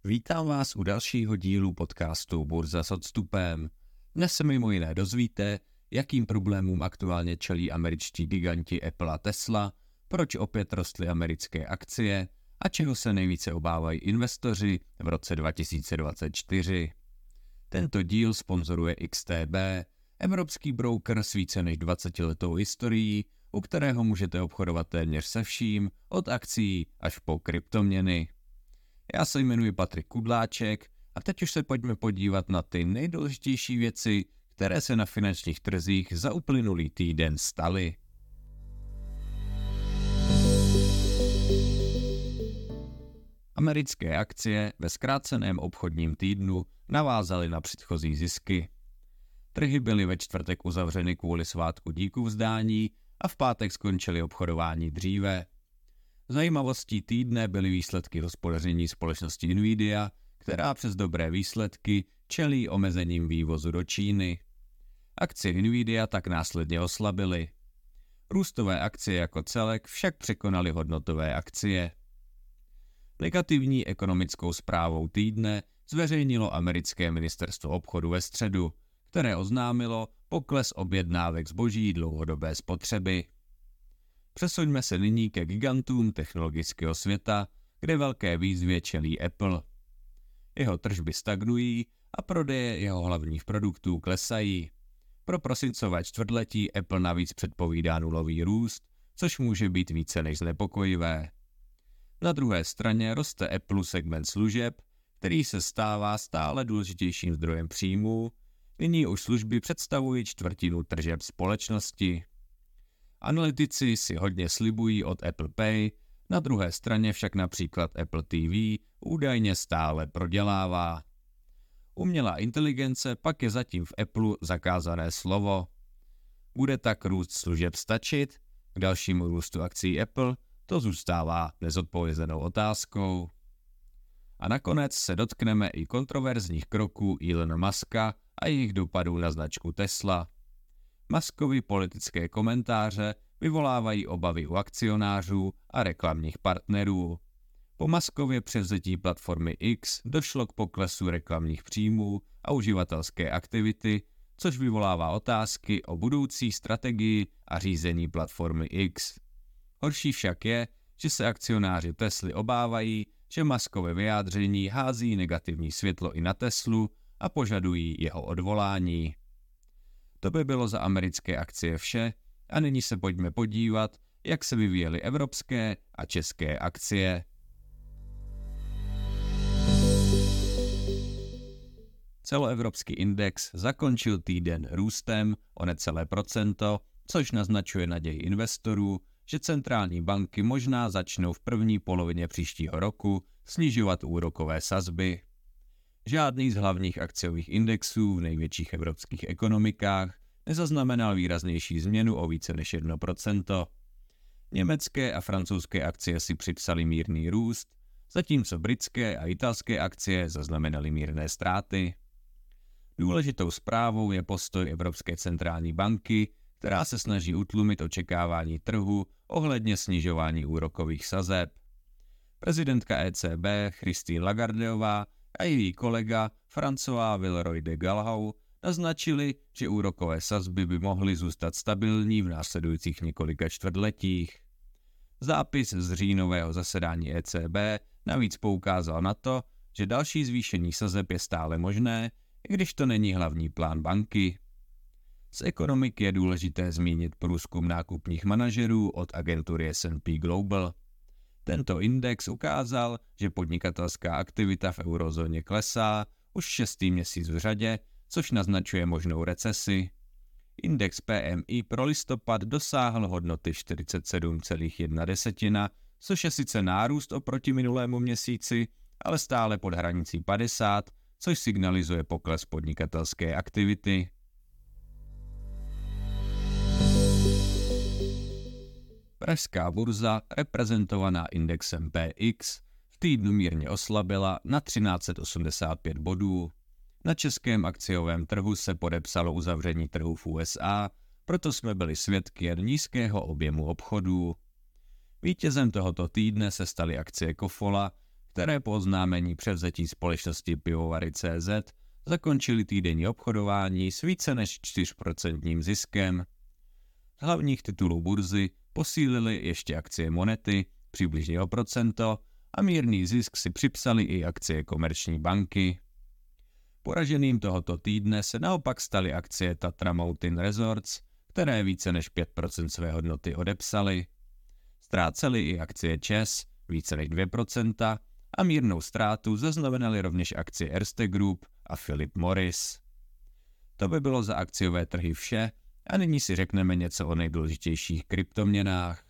Vítám vás u dalšího dílu podcastu Burza s odstupem. Dnes se mimo jiné dozvíte, jakým problémům aktuálně čelí američtí giganti Apple a Tesla, proč opět rostly americké akcie a čeho se nejvíce obávají investoři v roce 2024. Tento díl sponzoruje XTB, evropský broker s více než 20letou historií, u kterého můžete obchodovat téměř se vším, od akcií až po kryptoměny. Já se jmenuji Patrik Kudláček a teď už se pojďme podívat na ty nejdůležitější věci, které se na finančních trzích za uplynulý týden staly. Americké akcie ve zkráceném obchodním týdnu navázaly na předchozí zisky. Trhy byly ve čtvrtek uzavřeny kvůli svátku díků vzdání a v pátek skončily obchodování dříve. Zajímavostí týdne byly výsledky hospodaření společnosti Nvidia, která přes dobré výsledky čelí omezením vývozu do Číny. Akcie Nvidia tak následně oslabily. Růstové akcie jako celek však překonaly hodnotové akcie. Negativní ekonomickou zprávou týdne zveřejnilo americké ministerstvo obchodu ve středu, které oznámilo pokles objednávek zboží dlouhodobé spotřeby. Přesuňme se nyní ke gigantům technologického světa, kde velké výzvě čelí Apple. Jeho tržby stagnují a prodeje jeho hlavních produktů klesají. Pro prosincové čtvrtletí Apple navíc předpovídá nulový růst, což může být více než znepokojivé. Na druhé straně roste Apple segment služeb, který se stává stále důležitějším zdrojem příjmů. Nyní už služby představují čtvrtinu tržeb společnosti. Analytici si hodně slibují od Apple Pay, na druhé straně však například Apple TV údajně stále prodělává. Umělá inteligence pak je zatím v Apple zakázané slovo. Bude tak růst služeb stačit? K dalšímu růstu akcií Apple to zůstává nezodpovězenou otázkou. A nakonec se dotkneme i kontroverzních kroků Elona Muska a jejich dopadů na značku Tesla. Muskovi politické komentáře vyvolávají obavy u akcionářů a reklamních partnerů. Po Muskově převzetí platformy X došlo k poklesu reklamních příjmů a uživatelské aktivity, což vyvolává otázky o budoucí strategii a řízení platformy X. Horší však je, že se akcionáři Tesly obávají, že Muskové vyjádření hází negativní světlo i na Teslu a požadují jeho odvolání. To by bylo za americké akcie vše a nyní se pojďme podívat, jak se vyvíjely evropské a české akcie. Celoevropský index zakončil týden růstem o necelé procento, což naznačuje naději investorů, že centrální banky možná začnou v první polovině příštího roku snižovat úrokové sazby. Žádný z hlavních akciových indexů v největších evropských ekonomikách nezaznamenal výraznější změnu o více než 1%. Německé a francouzské akcie si připsaly mírný růst, zatímco britské a italské akcie zaznamenaly mírné ztráty. Důležitou zprávou je postoj Evropské centrální banky, která se snaží utlumit očekávání trhu ohledně snižování úrokových sazeb. Prezidentka ECB Christine Lagardeová a její kolega François Villeroy de Galhau naznačili, že úrokové sazby by mohly zůstat stabilní v následujících několika čtvrtletích. Zápis z říjnového zasedání ECB navíc poukázal na to, že další zvýšení sazeb je stále možné, i když to není hlavní plán banky. Z ekonomiky je důležité zmínit průzkum nákupních manažerů od agentury S&P Global. Tento index ukázal, že podnikatelská aktivita v eurozóně klesá už 6. měsíc v řadě, což naznačuje možnou recesi. Index PMI pro listopad dosáhl hodnoty 47,1, což je sice nárůst oproti minulému měsíci, ale stále pod hranicí 50, což signalizuje pokles podnikatelské aktivity. Pražská burza, reprezentovaná indexem PX, v týdnu mírně oslabila na 1385 bodů. Na českém akciovém trhu se podepsalo uzavření trhu v USA, proto jsme byli svědky jen nízkého objemu obchodů. Vítězem tohoto týdne se staly akcie Kofola, které po oznámení převzetí společnosti Pivovary CZ zakončili týdenní obchodování s více než 4% ziskem. Z hlavních titulů burzy posílily ještě akcie Monety přibližně o procento a mírný zisk si připsali i akcie Komerční banky. Poraženým tohoto týdne se naopak staly akcie Tatra Mountain Resorts, které více než 5% své hodnoty odepsaly. Ztrácely i akcie ČEZ více než 2% a mírnou ztrátu zaznamenaly rovněž akcie Erste Group a Philip Morris. To by bylo za akciové trhy vše a nyní si řekneme něco o nejdůležitějších kryptoměnách.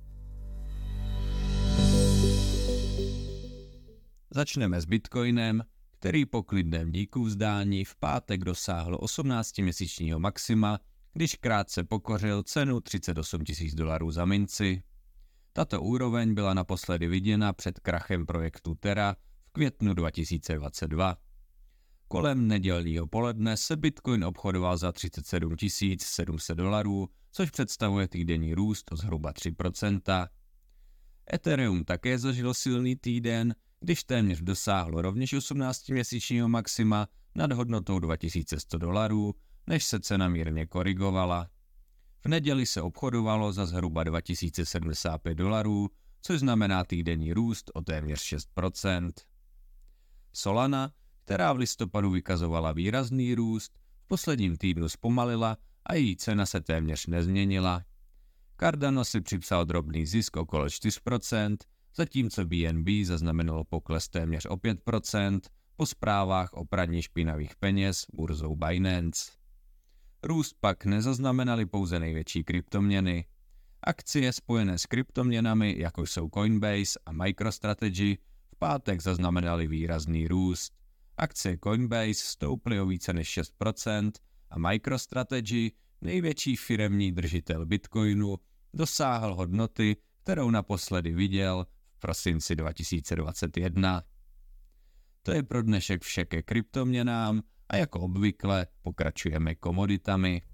Začneme s Bitcoinem, který po klidném díkuvzdání v pátek dosáhl 18měsíčního maxima, když krátce pokořil cenu $38 000 za minci. Tato úroveň byla naposledy viděna před krachem projektu Terra v květnu 2022. Kolem nedělního poledne se Bitcoin obchodoval za $37 700, což představuje týdenní růst o zhruba 3%. Ethereum také zažilo silný týden, když téměř dosáhlo rovněž 18měsíčního maxima nad hodnotou $2100, než se cena mírně korigovala. V neděli se obchodovalo za zhruba $2075, což znamená týdenní růst o téměř 6%. Solana, která v listopadu vykazovala výrazný růst, v posledním týdnu zpomalila a její cena se téměř nezměnila. Cardano si připsal drobný zisk okolo 4%, zatímco BNB zaznamenalo pokles téměř o 5% po zprávách o praní špinavých peněz burzou Binance. Růst pak nezaznamenaly pouze největší kryptoměny. Akcie spojené s kryptoměnami, jako jsou Coinbase a MicroStrategy, v pátek zaznamenaly výrazný růst. Akcie Coinbase stouply o více než 6% a MicroStrategy, největší firemní držitel Bitcoinu, dosáhl hodnoty, kterou naposledy viděl v prosinci 2021. To je pro dnešek vše ke kryptoměnám a jako obvykle pokračujeme komoditami.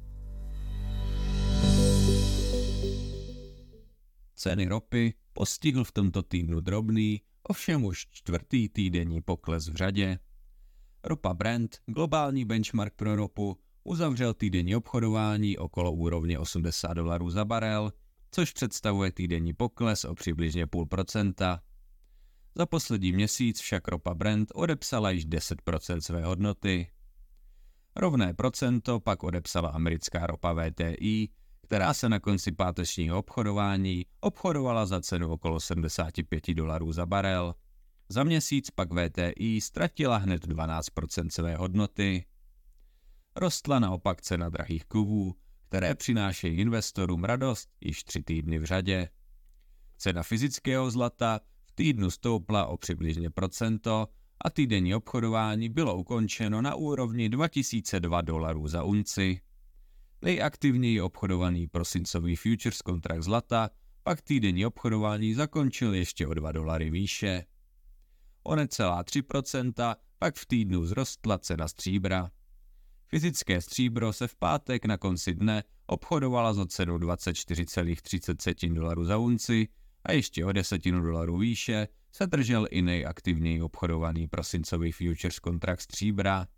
Ceny ropy postihl v tomto týdnu drobný, ovšem už čtvrtý týdenní pokles v řadě. Ropa Brent, globální benchmark pro ropu, uzavřel týdenní obchodování okolo úrovně $80 za barel, což představuje týdenní pokles o přibližně 0,5%. Za poslední měsíc však ropa Brent odepsala již 10% své hodnoty. Rovné procento pak odepsala americká ropa WTI, která se na konci pátečního obchodování obchodovala za cenu okolo $75 za barel. Za měsíc pak WTI ztratila hned 12% své hodnoty. Rostla naopak cena drahých kovů, které přinášejí investorům radost již 3 týdny v řadě. Cena fyzického zlata v týdnu stoupla o přibližně procento a týdenní obchodování bylo ukončeno na úrovni $2002 za unci. Nejaktivněji obchodovaný prosincový futures kontrakt zlata pak týdenní obchodování zakončil ještě o $2 výše. O necelá 3% pak v týdnu vzrostla cena stříbra. Fyzické stříbro se v pátek na konci dne obchodovala za cenu $24,30 za unci a ještě o $10 výše se držel i nejaktivněji obchodovaný prosincový futures kontrakt stříbra.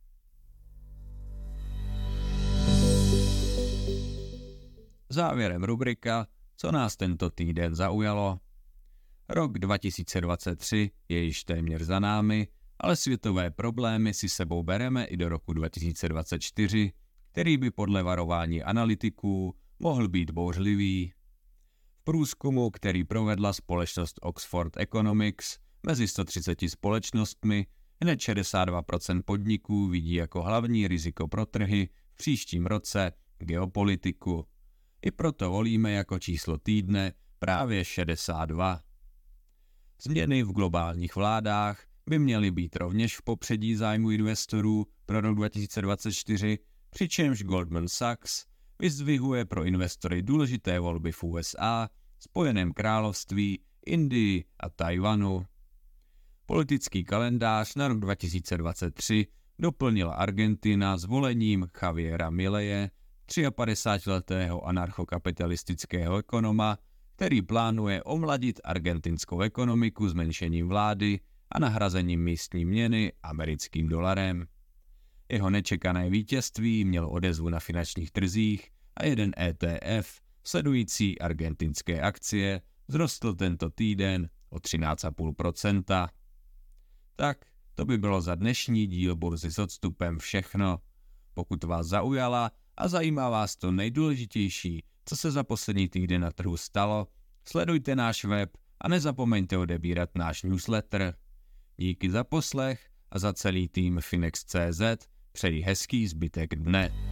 Závěrem rubrika, co nás tento týden zaujalo. Rok 2023 je již téměř za námi, ale světové problémy si sebou bereme i do roku 2024, který by podle varování analytiků mohl být bouřlivý. V průzkumu, který provedla společnost Oxford Economics mezi 130 společnostmi, hned 62% podniků vidí jako hlavní riziko pro trhy v příštím roce geopolitiku. I proto volíme jako číslo týdne právě 62. Změny v globálních vládách by měly být rovněž v popředí zájmu investorů pro rok 2024, přičemž Goldman Sachs vyzdvihuje pro investory důležité volby v USA, Spojeném království, Indii a Tajvanu. Politický kalendář na rok 2023 doplnila Argentina zvolením Javiera Mileje, 53letého anarchokapitalistického ekonoma, který plánuje omladit argentinskou ekonomiku zmenšením vlády a nahrazením místní měny americkým dolarem. Jeho nečekané vítězství mělo odezvu na finančních trzích a jeden ETF, sledující argentinské akcie, vzrostl tento týden o 13,5%. Tak, to by bylo za dnešní díl Burzy s odstupem všechno. Pokud vás zaujala a zajímá vás to nejdůležitější, co se za poslední týden na trhu stalo, sledujte náš web a nezapomeňte odebírat náš newsletter. Díky za poslech a za celý tým Finex.cz přeji hezký zbytek dne.